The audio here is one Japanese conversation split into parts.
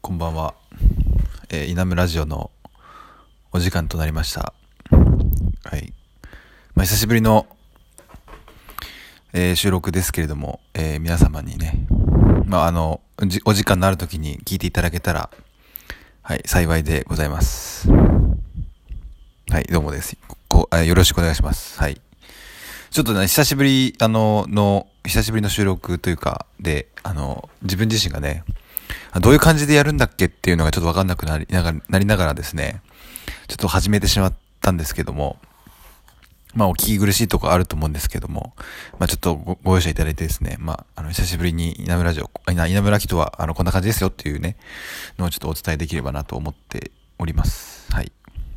こんばんは。稲村ラジオのお時間となりました。はい。久しぶりの、収録ですけれども、皆様にね、お時間のある時に聞いていただけたら、はい、幸いでございます。はい、どうもです。よろしくお願いします。はい。ちょっとね、久しぶりの収録というか、で、自分自身がね、どういう感じでやるんだっけっていうのがちょっとわかんなくなりながらですね、ちょっと始めてしまったんですけども、お聞き苦しいとこあると思うんですけども、ちょっとご容赦いただいてですね、久しぶりに稲村木とは、こんな感じですよっていうね、のをちょっとお伝えできればなと思っております。はい。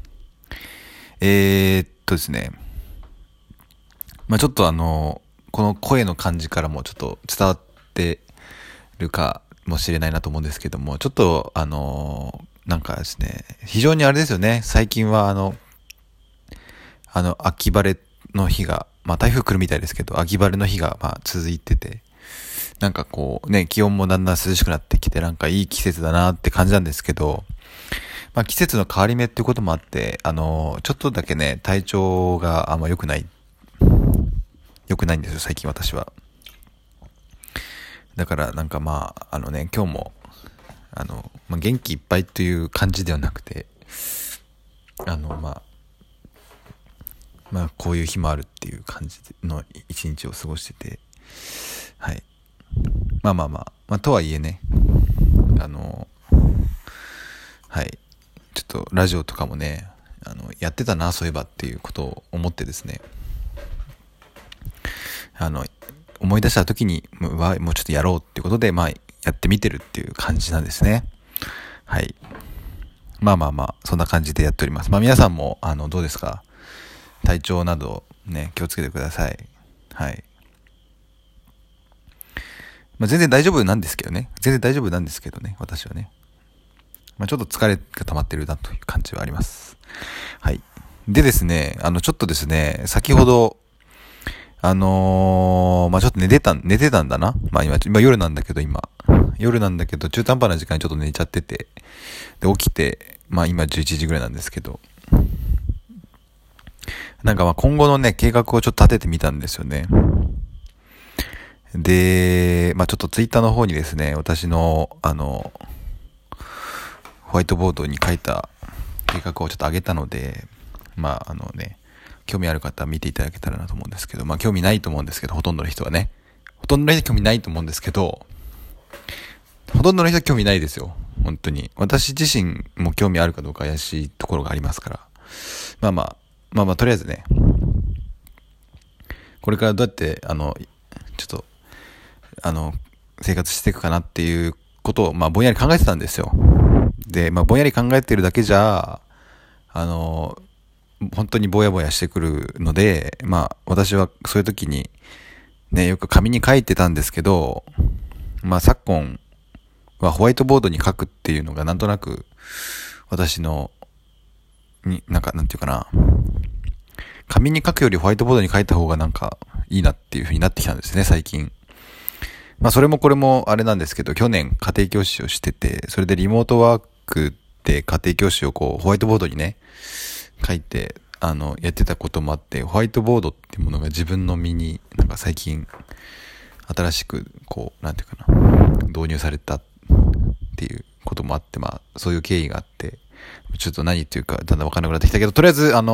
ですね、ちょっとこの声の感じからもちょっと伝わってるかもしれないなと思うんですけども、ちょっとなんかですね、非常にあれですよね、最近は秋晴れの日が、台風来るみたいですけど、秋晴れの日が続いてて、なんかこうね、気温もだんだん涼しくなってきて、なんかいい季節だなって感じなんですけど、季節の変わり目っていうこともあって、ちょっとだけね、体調があんま良くないんですよ、最近私は。だからなんか今日も、元気いっぱいという感じではなくて、こういう日もあるっていう感じの一日を過ごしてて、はい。とはいえね、はい。ちょっとラジオとかもね、やってたな、そういえばっていうことを思ってですね、思い出した時に、もうちょっとやろうっていうことで、やってみてるっていう感じなんですね。はい。そんな感じでやっております。皆さんも、どうですか？体調などね、気をつけてください。はい。全然大丈夫なんですけどね。私はね。ちょっと疲れが溜まってるなという感じはあります。はい。でですね、ちょっとですね、先ほど、ちょっと寝てたんだな。今夜なんだけど、中途半端な時間にちょっと寝ちゃってて、で、起きて、今11時ぐらいなんですけど、なんか今後のね、計画をちょっと立ててみたんですよね。で、ちょっとツイッターの方にですね、私の、ホワイトボードに書いた計画をちょっと上げたので、興味ある方は見ていただけたらなと思うんですけど、興味ないと思うんですけど、ほとんどの人はね。ほとんどの人は興味ないと思うんですけど、ほとんどの人は興味ないですよ。本当に。私自身も興味あるかどうか怪しいところがありますから。とりあえずね、これからどうやって、ちょっと、生活していくかなっていうことを、ぼんやり考えてたんですよ。で、ぼんやり考えてるだけじゃ、本当にぼやぼやしてくるので、私はそういう時に、ね、よく紙に書いてたんですけど、昨今はホワイトボードに書くっていうのがなんとなく、私の、なんていうかな、紙に書くよりホワイトボードに書いた方がなんかいいなっていう風になってきたんですね、最近。それもこれもあれなんですけど、去年家庭教師をしてて、それでリモートワークで家庭教師をホワイトボードにね、書いて、やってたこともあって、ホワイトボードっていうものが自分の身になんか最近、新しく、導入されたっていうこともあって、そういう経緯があって、ちょっと何言っていうか、だんだんわからなくなってきたけど、とりあえず、はい。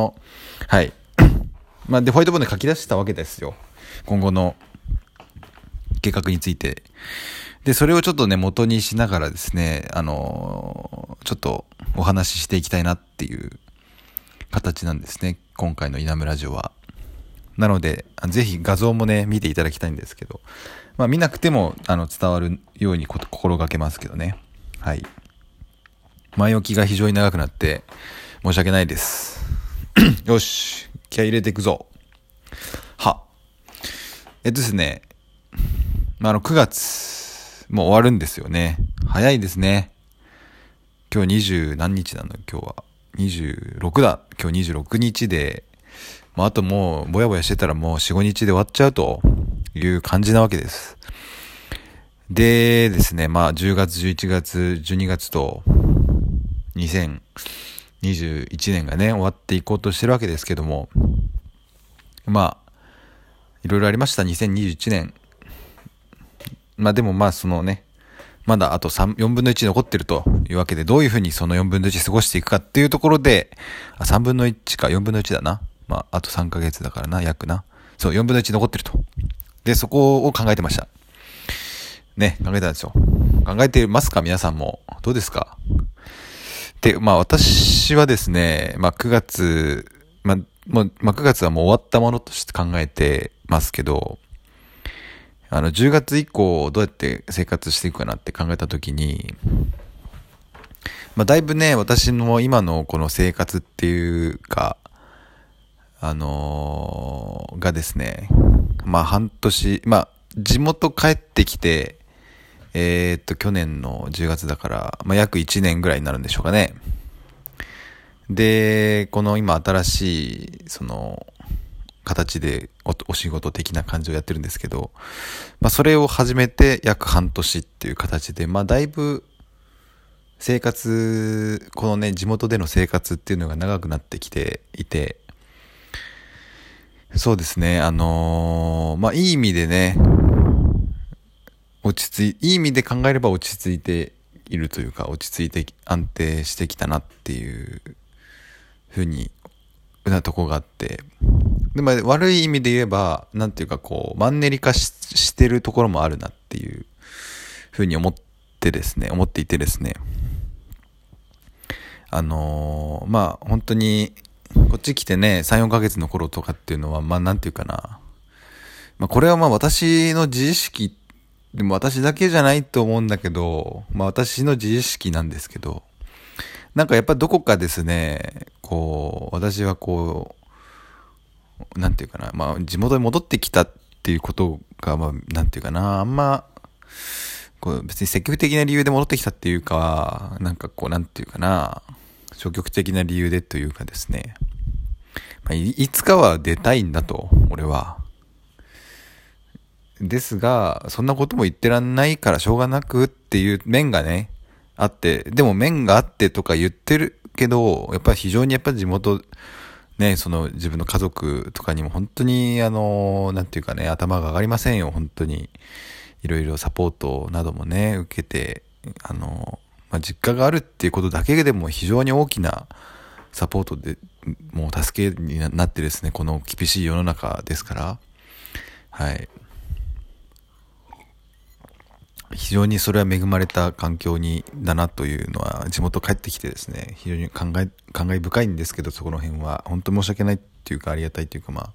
で、ホワイトボードに書き出したわけですよ。今後の計画について。で、それをちょっとね、元にしながらですね、ちょっとお話ししていきたいなっていう形なんですね。今回の稲村ラジオは。なので、ぜひ画像もね、見ていただきたいんですけど、見なくても、伝わるように心がけますけどね。はい。前置きが非常に長くなって、申し訳ないです。よし、気合い入れていくぞ。ですね、9月、もう終わるんですよね。早いですね。今日20何日なの？今日は。26だ。今日26日で、あともう、ぼやぼやしてたらもう4、5日で終わっちゃうという感じなわけです。 でですね、まあ10月、11月、12月と2021年がね、終わっていこうとしてるわけですけども、まあ、いろいろありました、2021年。まあでもまあそのね、まだあと4分の1残ってるというわけで、どういうふうにその4分の1過ごしていくかっていうところで、3分の1か4分の1だな。まああと3ヶ月だからな、約な。そう、4分の1残ってると。で、そこを考えてました。ね、考えたんですよ。考えてますか皆さんも。どうですか？で、まあ私はですね、まあ9月、9月はもう終わったものとして考えてますけど、10月以降どうやって生活していくかなって考えたときに、まあだいぶね、私の今のこの生活っていうか、がですね、まあ半年、まあ地元帰ってきて、去年の10月だから、まあ約1年ぐらいになるんでしょうかね。で、この今新しい、形でお仕事的な感じをやってるんですけど、まあそれを始めて約半年っていう形で、まあだいぶ生活、このね、地元での生活っていうのが長くなってきていて、そうですね、まあいい意味でね、いい意味で考えれば落ち着いているというか、落ち着いて安定してきたなっていうふうになとこがあって、でも悪い意味で言えば、なんていうかこう、マンネリ化してるところもあるなっていうふうに思っていてですね。まあ本当に、こっち来てね、3、4ヶ月の頃とかっていうのは、まあなんていうかな。まあこれはまあ私の自意識、でも私だけじゃないと思うんだけど、まあ私の自意識なんですけど、なんかやっぱどこかですね、こう、私はこう、なんていうかな、まあ地元に戻ってきたっていうことが、まあなんていうかな、あんま、こう別に積極的な理由で戻ってきたっていうか、なんかこう、なんていうかな、消極的な理由でというかですね、まあ、いつかは出たいんだと、俺は。ですが、そんなことも言ってらんないからしょうがなくっていう面がね、あって、でも面があってとか言ってるけど、やっぱり非常にやっぱり地元、ね、その自分の家族とかにも本当になんていうかね、頭が上がりませんよ、本当に。いろいろサポートなどもね、受けて、まあ、実家があるっていうことだけでも非常に大きなサポートで、もう助けになってですね、この厳しい世の中ですから、はい。非常にそれは恵まれた環境だなというのは、地元帰ってきてですね、非常に感慨深いんですけど、そこの辺は、本当申し訳ないっていうか、ありがたいっていうか、まあ。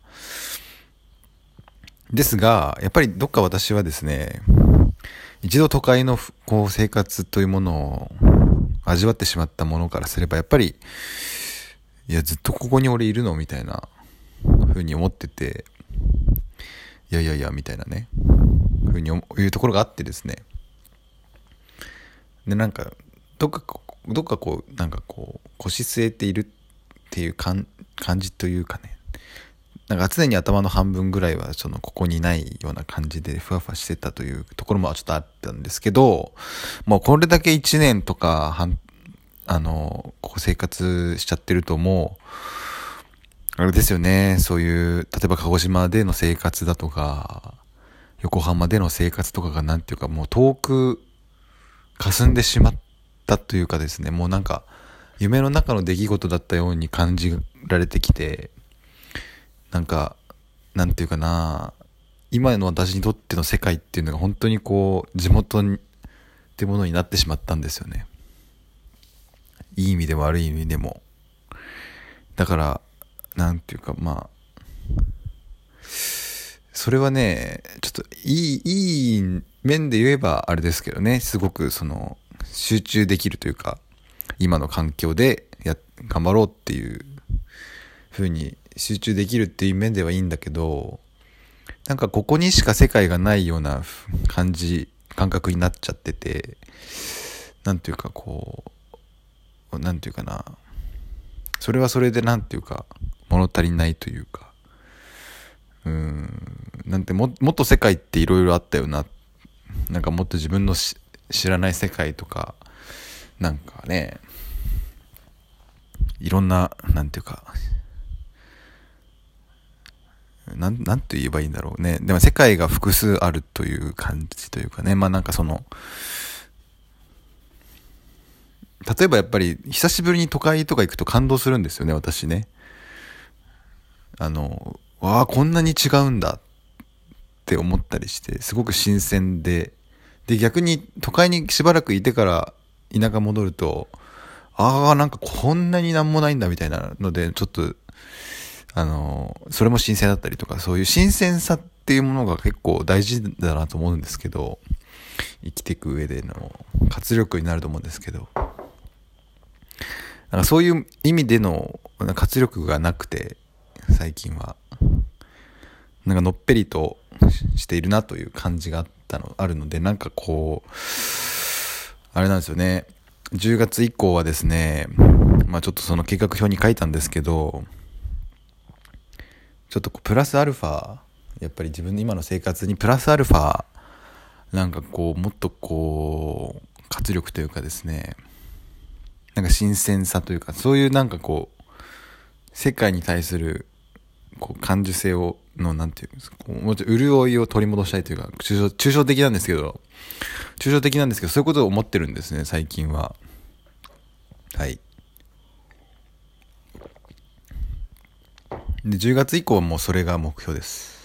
ですが、やっぱりどっか私はですね、一度都会のこう生活というものを味わってしまったものからすれば、やっぱり、いや、ずっとここに俺いるのみたいな風に思ってて、いやいやいや、みたいなね、風にいうところがあってですね。で、なんか、どっかこう、なんかこう、腰据えているっていう感じというかね、なんか常に頭の半分ぐらいはここにないような感じでふわふわしてたというところもちょっとあったんですけど、もうこれだけ1年とかここ生活しちゃってるともう、あれですよね、そういう、例えば鹿児島での生活だとか、横浜での生活とかがなんていうかもう遠く霞んでしまったというかですね、もうなんか夢の中の出来事だったように感じられてきて、なんか、なんていうかな、今の私にとっての世界っていうのが本当にこう、地元ってものになってしまったんですよね。いい意味でも悪い意味でも。だから、なんていうかまあ、それはね、ちょっといい面で言えばあれですけどね、すごく集中できるというか、今の環境で頑張ろうっていう風に集中できるっていう面ではいいんだけど、なんかここにしか世界がないような感覚になっちゃってて、なんていうかこう、なんていうかな、それはそれでなんていうか、物足りないというか、なんてもっと世界っていろいろあったよなっなんかもっと自分の知らない世界とか、なんかね、いろんな、なんていうか、なんて言えばいいんだろうね。でも世界が複数あるという感じというかね。まあなんか例えばやっぱり久しぶりに都会とか行くと感動するんですよね、私ね。わあ、こんなに違うんだって思ったりして、すごく新鮮で、で、逆に都会にしばらくいてから田舎戻ると、ああ、なんかこんなになんもないんだみたいなので、ちょっと、それも新鮮だったりとか、そういう新鮮さっていうものが結構大事だなと思うんですけど、生きていく上での活力になると思うんですけど、なんかそういう意味での活力がなくて、最近は。なんかのっぺりとしているなという感じがあるので、なんかこう、あれなんですよね。10月以降はですね、まあちょっとその計画表に書いたんですけど、ちょっとプラスアルファ、やっぱり自分の今の生活にプラスアルファ、なんかこう、もっとこう、活力というかですね、なんか新鮮さというか、そういうなんかこう、世界に対する、こう、感受性なんていうんですか、もうちょっと潤いを取り戻したいというか、抽象的なんですけど、そういうことを思ってるんですね、最近は。はい。で、10月以降はもうそれが目標です。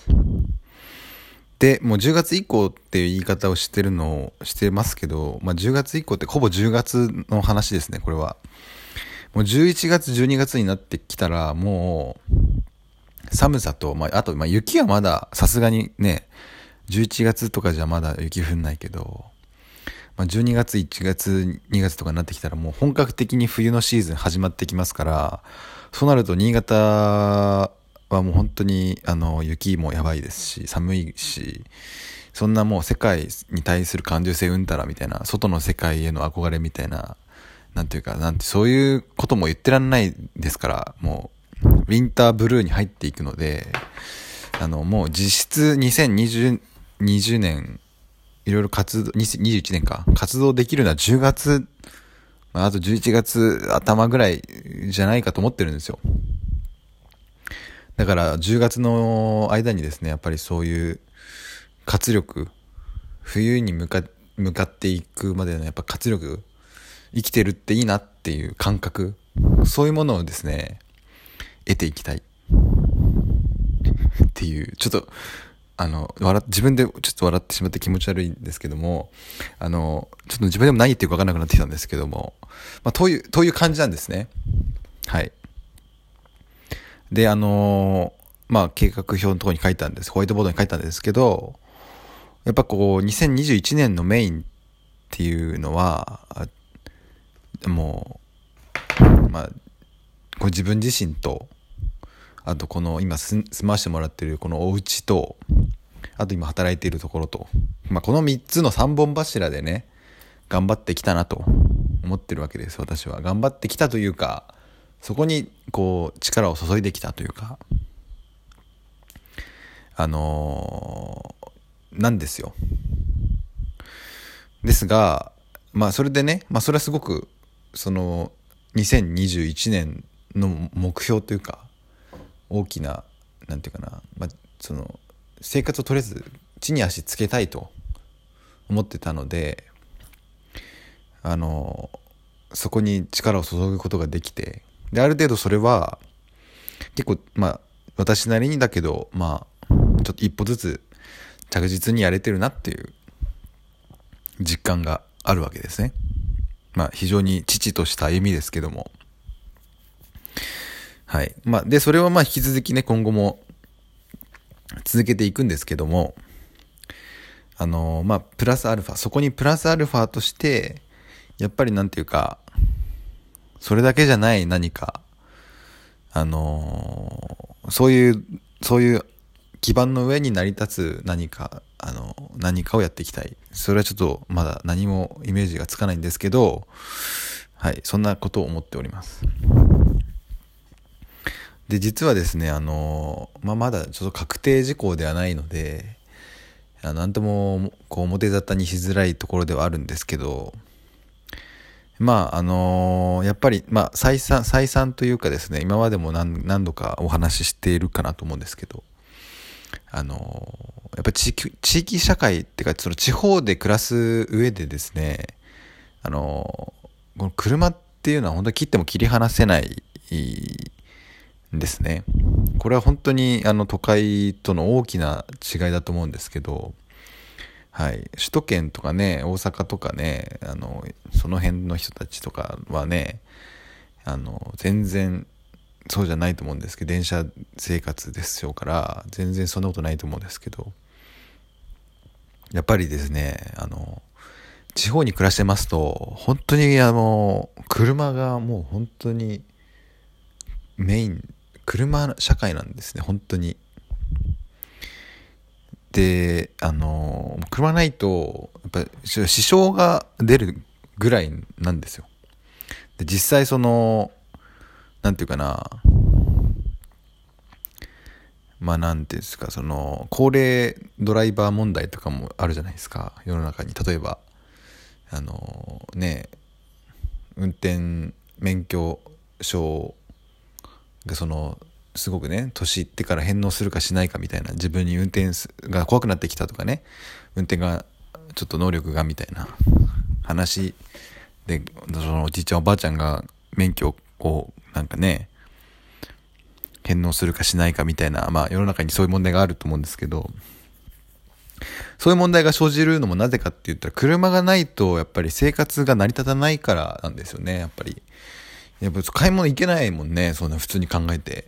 で、もう10月以降っていう言い方をしてますけど、まあ10月以降ってほぼ10月の話ですね、これは。もう11月、12月になってきたら、もう、寒さと、あと、雪はまだ、さすがにね、11月とかじゃまだ雪降んないけど、12月、1月、2月とかになってきたらもう本格的に冬のシーズン始まってきますから、そうなると新潟はもう本当に雪もやばいですし、寒いし、そんなもう世界に対する感受性うんたらみたいな、外の世界への憧れみたいな、そういうことも言ってらんないですから、もう、ウィンターブルーに入っていくので、もう実質2020年、いろいろ21年か、活動できるのは10月、あと11月頭ぐらいじゃないかと思ってるんですよ。だから10月の間にですね、やっぱりそういう活力、冬に向かっていくまでのやっぱ活力、生きてるっていいなっていう感覚、そういうものをですね、得ていきたいっていう、ちょっと、自分でちょっと笑ってしまって気持ち悪いんですけども、ちょっと自分でも何言ってるか分からなくなってきたんですけども、という感じなんですね。はい。で、計画表のところに書いたんです。ホワイトボードに書いたんですけど、やっぱこう、2021年のメインっていうのは、もう、これ自分自身と、あとこの今住まわしてもらってるこのお家と、あと今働いているところと、この3つの3本柱でね、頑張ってきたなと思ってるわけです、私は。頑張ってきたというか、そこにこう力を注いできたというか、なんですよ。ですが、それでね、それはすごく、2021年の目標というか、大きな、なんていうかな、生活をとりあえず地に足つけたいと思ってたので、そこに力を注ぐことができて、で、ある程度それは、結構、私なりにだけど、ちょっと一歩ずつ着実にやれてるなっていう実感があるわけですね。非常に父とした歩みですけども。はい。で、それは引き続きね、今後も続けていくんですけども、プラスアルファ、そこにプラスアルファとして、やっぱりなんていうか、それだけじゃない何か、そういう基盤の上に成り立つ何かをやっていきたい。それはちょっとまだ何もイメージがつかないんですけど、はい、そんなことを思っております。で、実はですね、まだちょっと確定事項ではないので、 なんともこう表沙汰にしづらいところではあるんですけど、やっぱり再三というかですね、今までも何度かお話ししているかなと思うんですけど、やっぱり地域社会っていうか、その地方で暮らす上でですね、この車っていうのは本当に切っても切り離せないんですね。これは本当に都会との大きな違いだと思うんですけど、はい、首都圏とかね、大阪とかね、その辺の人たちとかはね、全然そうじゃないと思うんですけど、電車生活でしょうから全然そんなことないと思うんですけど、やっぱりですね、地方に暮らしてますと本当に車がもう本当にメイン、車社会なんですね、本当に。で、車ないとやっぱり支障が出るぐらいなんですよ。で、実際なんていうかな、なんていうんですか、高齢ドライバー問題とかもあるじゃないですか、世の中に。例えばね、運転免許証がすごくね、年いってから返納するかしないかみたいな、自分に運転が怖くなってきたとかね、運転がちょっと能力がみたいな話で、おじいちゃんおばあちゃんが免許をなんかね返納するかしないかみたいな、世の中にそういう問題があると思うんですけど、そういう問題が生じるのもなぜかって言ったら、車がないとやっぱり生活が成り立たないからなんですよね。やっぱり買い物行けないもんね、そんな普通に考えて。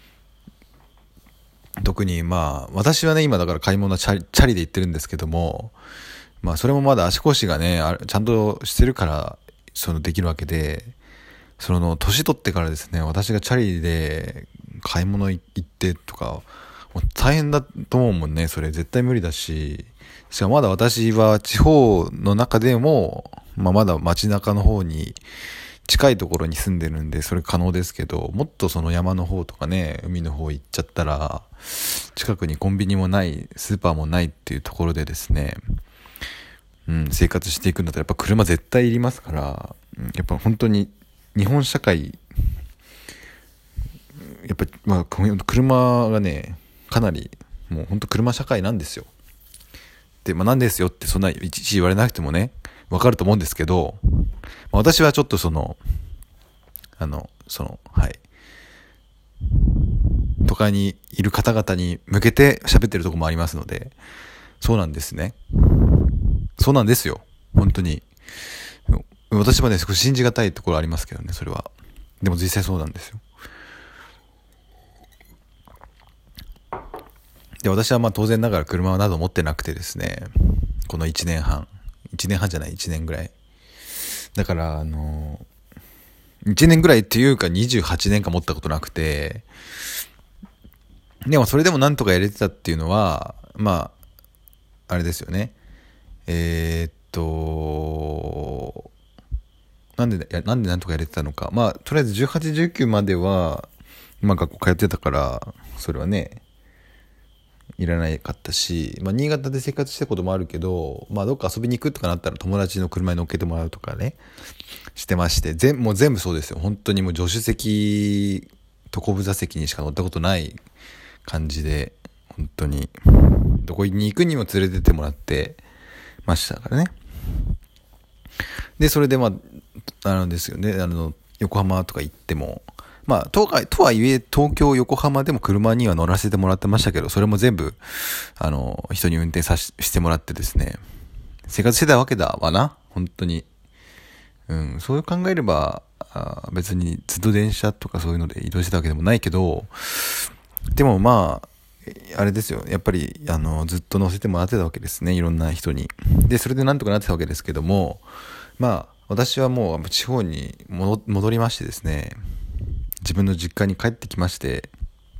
特に私はね、今だから買い物はチャリで行ってるんですけども、それもまだ足腰がねちゃんとしてるからできるわけで、年取ってからですね、私がチャリで買い物行ってとかもう大変だと思うもんね。それ絶対無理だし、しかもまだ私は地方の中でも、まだ街中の方に近いところに住んでるんでそれ可能ですけど、もっと山の方とかね、海の方行っちゃったら近くにコンビニもないスーパーもないっていうところでですね、生活していくんだったらやっぱ車絶対いりますから、やっぱ本当に日本社会、やっぱ車がねかなりもう本当車社会なんですよ。で、なんですよってそんないちいち言われなくてもねわかると思うんですけど、私はちょっとはい、都会にいる方々に向けて喋ってるところもありますので、そうなんですね。そうなんですよ。本当に。私はね、少し信じがたいところありますけどね、それは。でも実際そうなんですよ。で、私は当然ながら車など持ってなくてですね、この1年半じゃない、1年ぐらい。だから、1年ぐらいっていうか28年間持ったことなくて、でもそれでもなんとかやれてたっていうのは、あれですよね。なんでなんとかやれてたのか。とりあえず18、19までは、学校通ってたから、それはね、いらなかったし、新潟で生活したこともあるけど、どっか遊びに行くとかなったら友達の車に乗っけてもらうとかね、してまして、もう全部そうですよ。本当にもう助手席と後部座席にしか乗ったことない感じで、本当に、どこに行くにも連れてってもらってましたからね。で、それでですよね、横浜とか行っても、とはいえ東京横浜でも車には乗らせてもらってましたけど、それも全部人に運転してもらってですね、生活してたわけだわな、本当に。そういう考えれば別にずっと電車とかそういうので移動してたわけでもないけど、でもあれですよ、やっぱりずっと乗せてもらってたわけですね、いろんな人に。で、それでなんとかなってたわけですけども、私はもう地方に戻りましてですね、自分の実家に帰ってきまして、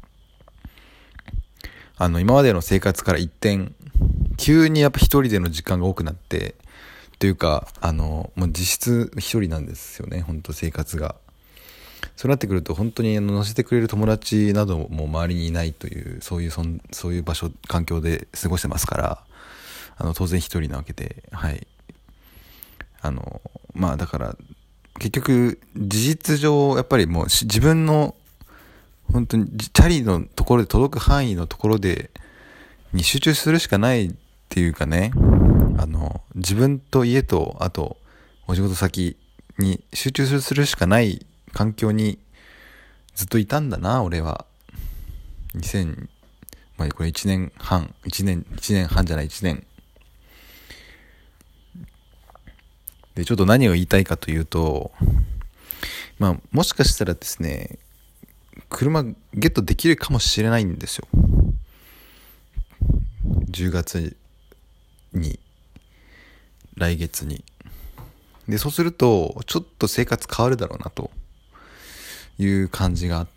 今までの生活から一転、急にやっぱ一人での時間が多くなって、というかもう実質一人なんですよね、本当生活が。そうなってくると本当に乗せてくれる友達なども周りにいないという、そういう場所環境で過ごしてますから、 当然一人なわけで、はい。だから、結局、事実上、やっぱりもう自分の、本当に、チャリのところで届く範囲のところに集中するしかないっていうかね、自分と家と、あと、お仕事先に集中するしかない環境にずっといたんだな、俺は。これ1年半、1年半じゃない、1年。で、ちょっと何を言いたいかというと、もしかしたらですね、車ゲットできるかもしれないんですよ。10月に、来月に。で、そうすると、ちょっと生活変わるだろうな、という感じがあって、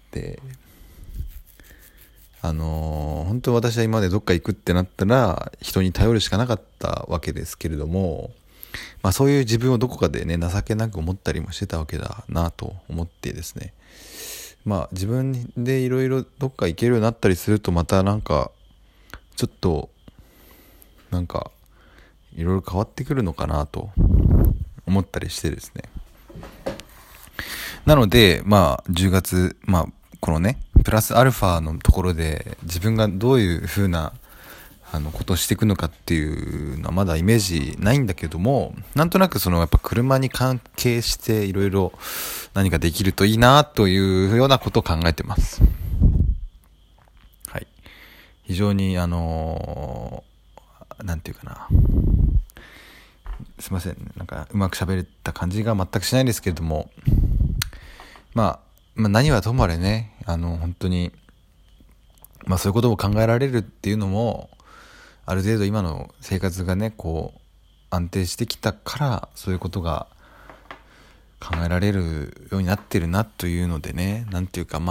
本当私は今までどっか行くってなったら、人に頼るしかなかったわけですけれども、そういう自分をどこかでね、情けなく思ったりもしてたわけだなと思ってですね。自分でいろいろどっか行けるようになったりすると、またちょっと、いろいろ変わってくるのかなと思ったりしてですね。なので、10月、このね、プラスアルファのところで自分がどういう風なことをしていくのかっていうのはまだイメージないんだけども、なんとなくやっぱ車に関係していろいろ何かできるといいなというようなことを考えてます。はい。非常になんていうかな。すいません。うまく喋れた感じが全くしないんですけれども、何はともあれね、本当に、そういうことも考えられるっていうのも、ある程度今の生活がね、安定してきたから、そういうことが考えられるようになってるなというのでね、なんていうか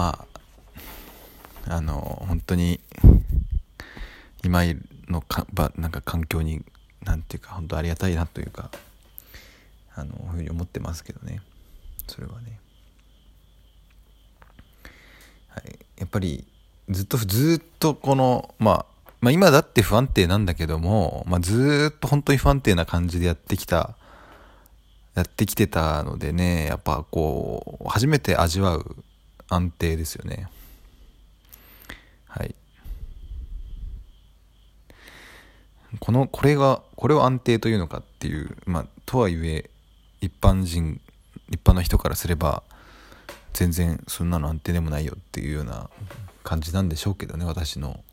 本当に、今の環境に、なんていうか、本当ありがたいなというか、ふうに思ってますけどね。それはね。はい。やっぱり、ずっと今だって不安定なんだけども、ずっと本当に不安定な感じでやってきてたのでね、やっぱ初めて味わう安定ですよね。はい。これを安定というのかっていう、とはいえ、一般の人からすれば、全然そんなの安定でもないよっていうような感じなんでしょうけどね、私の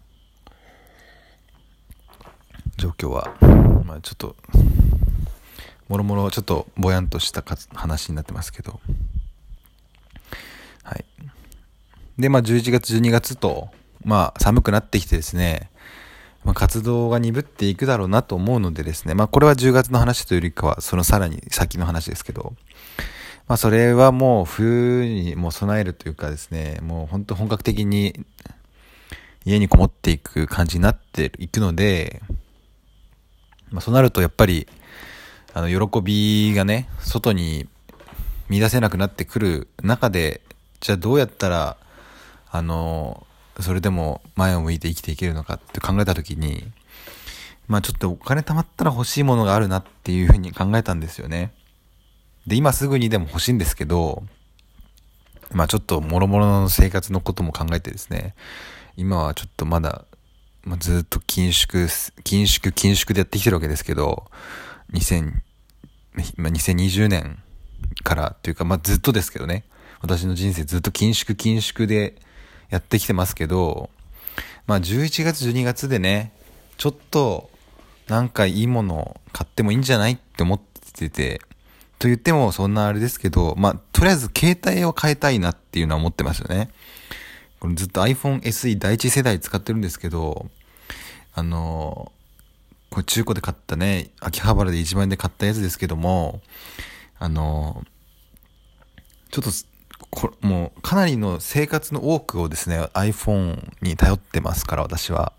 状況は。ちょっともろもろちょっとぼやんとした話になってますけど、はい。で11月12月と寒くなってきてですね、活動が鈍っていくだろうなと思うのでですね、これは10月の話というよりかはそのさらに先の話ですけど、それはもう冬にもう備えるというかですね、もう本当本格的に家にこもっていく感じになっていくので、そうなるとやっぱり喜びがね、外に見出せなくなってくる中で、じゃあどうやったらそれでも前を向いて生きていけるのかって考えたときに、ちょっとお金貯まったら欲しいものがあるなっていうふうに考えたんですよね。で、今すぐにでも欲しいんですけど、ちょっと諸々の生活のことも考えてですね、今はちょっとまだ、ずっと緊縮でやってきてるわけですけど、2020年からというか、ずっとですけどね、私の人生ずっと緊縮でやってきてますけど、11月12月でね、ちょっといいものを買ってもいいんじゃないって思ってて、と言ってもそんなあれですけど、とりあえず携帯を変えたいなっていうのは思ってますよね。これずっと iPhone SE 第一世代使ってるんですけど、これ中古で買ったね、秋葉原で1万円で買ったやつですけども、ちょっともうかなりの生活の多くをですね iPhone に頼ってますから、私は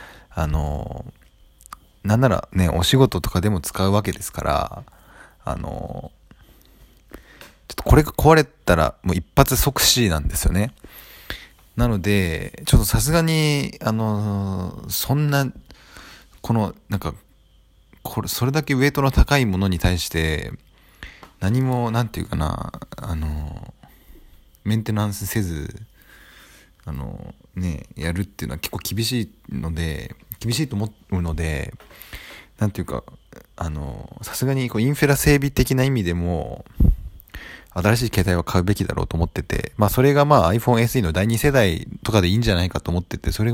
なんならね、お仕事とかでも使うわけですから、ちょっとこれが壊れたらもう一発即死なんですよね。なのでちょっとさすがにそんなそれだけウェイトの高いものに対して何もなんていうかな、メンテナンスせずやるっていうのは結構厳しいと思うので、なんていうかさすがにインフラ整備的な意味でも新しい携帯を買うべきだろうと思ってて、それがiPhone SE の第2世代とかでいいんじゃないかと思ってて、それが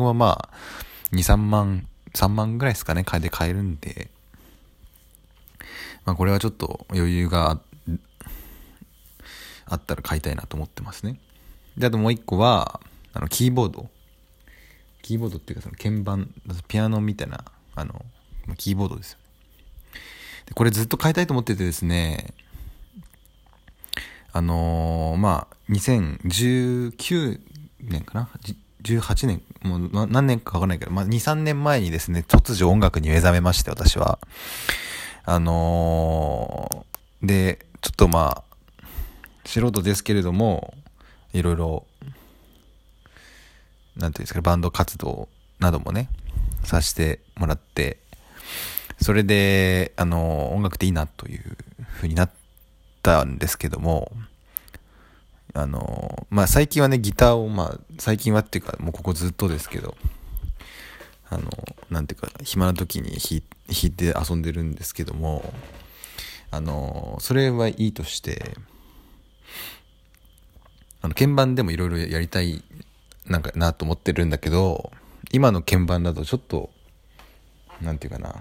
2、3万ぐらいですかね、買えるんで、これはちょっと余裕があったら買いたいなと思ってますね。で、あともう一個は、キーボードっていうか鍵盤、ピアノみたいな、キーボードですよね。で、これずっと買いたいと思っててですね、2019年かな18年、もう何年かわかんないけど、2、3年前にですね、突如音楽に目覚めまして、私は。で、ちょっと素人ですけれども、いろいろ、なんていうんですか、バンド活動などもね、させてもらって、それで、音楽っていいなという風になったんですけども、最近はね、ギターを最近はっていうか、もうここずっとですけど、なんていうか、暇な時に弾いて遊んでるんですけども、それはいいとして、鍵盤でもいろいろやりたいなと思ってるんだけど、今の鍵盤だとちょっとなんていうかな、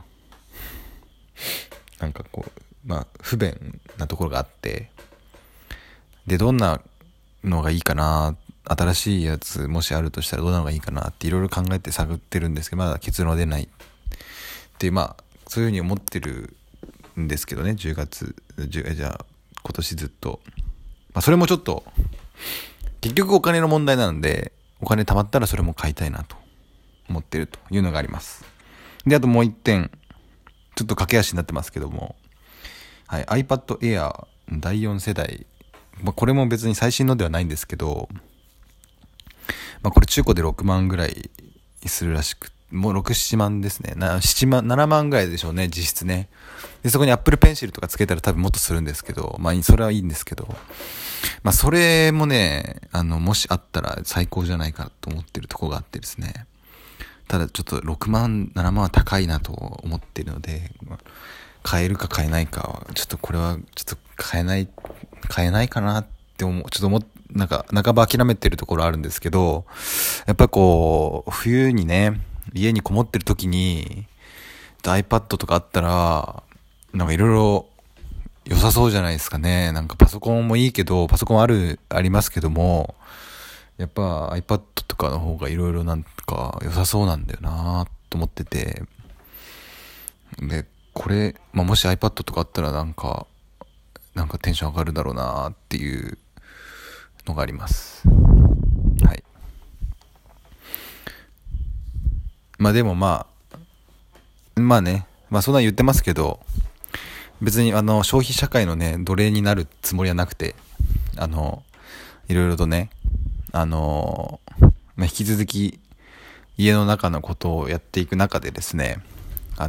不便なところがあって、でどんなのがいいかな、新しいやつもしあるとしたらどんなのがいいかなっていろいろ考えて探ってるんですけど、まだ結論は出ないってそういうふうに思ってるんですけどね。10月じゃあ今年ずっと、それもちょっと結局お金の問題なので、お金貯まったらそれも買いたいなと思ってるというのがあります。で、あともう一点、ちょっと駆け足になってますけども、はい、iPad Air 第4世代、これも別に最新のではないんですけど、これ中古で6万ぐらいするらしく、もう6、7万ですね。7万ぐらいでしょうね、実質ね。で、そこに Apple Pencil とかつけたら多分もっとするんですけど、それはいいんですけど、それもね、もしあったら最高じゃないかと思ってるところがあってですね。ただちょっと6万、7万は高いなと思っているので、買えるか買えないかは、ちょっとこれはちょっと買えないかなってちょっと半ば諦めてるところあるんですけど、やっぱ冬にね、家にこもってる時に iPad とかあったらいろいろ良さそうじゃないですかね。パソコンもいいけど、パソコンありますけども、やっぱ iPad とかの方がいろいろ良さそうなんだよなと思ってて、でこれ、もし iPad とかあったらテンション上がるだろうなっていうのがあります。はい。でもね、そんな言ってますけど、別に消費社会のね、奴隷になるつもりはなくて、いろいろとね、引き続き家の中のことをやっていく中でですね、家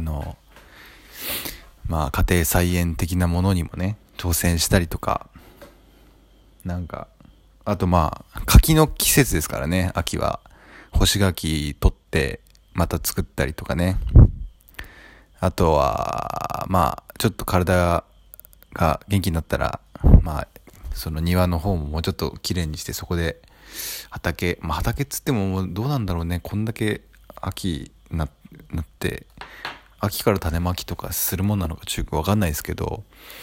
庭菜園的なものにもね、挑戦したりとか、あと柿の季節ですからね、秋は。干し柿取ってまた作ったりとかね。あとは、ちょっと体が元気になったら、その庭の方ももうちょっと綺麗にして、そこで畑っつってもどうなんだろうね、こんだけ秋なって、秋から種まきとかするもんなのかわかんないですけど、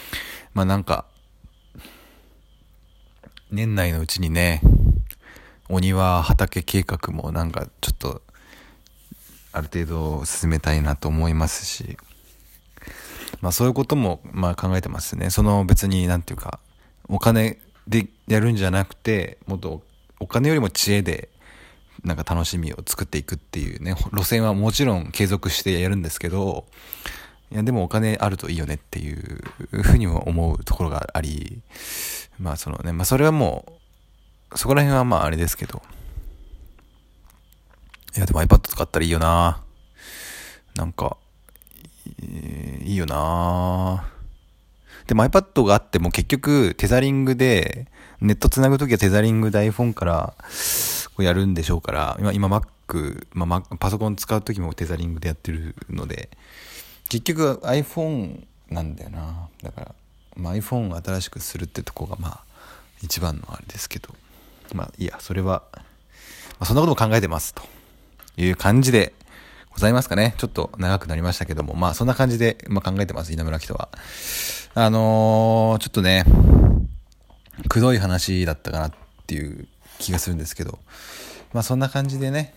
年内のうちにね、お庭畑計画もちょっとある程度進めたいなと思いますし、そういうことも考えてますね。別にお金でやるんじゃなくて、もっとお金よりも知恵で楽しみを作っていくっていうね、路線はもちろん継続してやるんですけど、でもお金あるといいよねっていうふうにも思うところがあり、それはもうそこら辺はあれですけど、いやでも iPad とかあったらいいよな。 いいよな。でも iPad があっても結局テザリングで、ネットつなぐときはテザリングで iPhone からこうやるんでしょうから、今 Mac、パソコン使うときもテザリングでやってるので、結局 iPhone なんだよな。だから、iPhone を新しくするってとこが一番のあれですけど、いいや、それは、そんなことも考えてますという感じでございますかね。ちょっと長くなりましたけども、そんな感じで、考えてます、稲村木とは。ちょっとね、くどい話だったかなっていう気がするんですけど、そんな感じでね、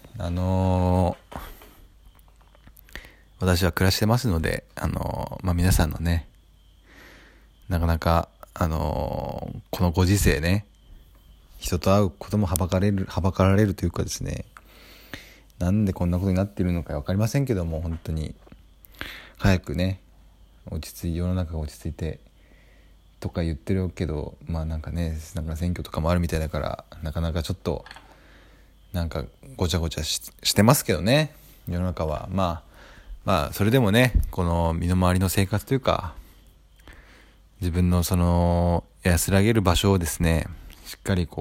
私は暮らしてますので、皆さんのね、なかなか、このご時世ね、人と会うこともはばかられるというかですね、なんでこんなことになっているのか分かりませんけども、本当に早くね、世の中が落ち着いてとか言ってるけど、なんか選挙とかもあるみたいだから、なかなかちょっとごちゃごちゃ してますけどね、世の中は。それでもね、この身の回りの生活というか、自分のその安らげる場所をですね、しっかり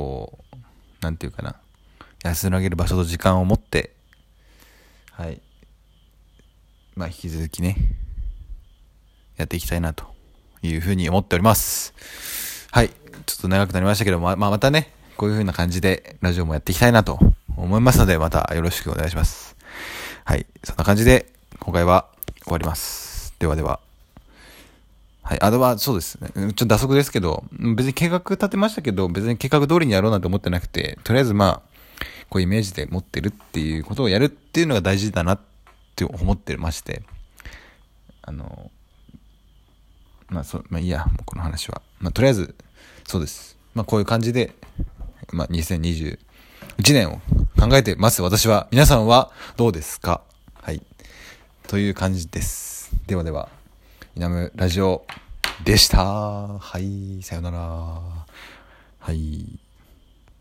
安らげる場所と時間を持って、はい、引き続きね、やっていきたいなというふうに思っております。はい、ちょっと長くなりましたけども、またね、こういう風な感じでラジオもやっていきたいなと思いますので、またよろしくお願いします。はい、そんな感じで今回は終わります。ではでは。はい、そうですね。ちょっと打足ですけど、別に計画立てましたけど、別に計画通りにやろうなんて思ってなくて、とりあえずこういうイメージで持ってるっていうことをやるっていうのが大事だなって思ってまして、いいや、もうこの話は。とりあえず、そうです。こういう感じで、2021年を考えてます。私は。皆さんはどうですか？はい。という感じです。ではでは、イナムラジオでした。はい、さよなら。はい。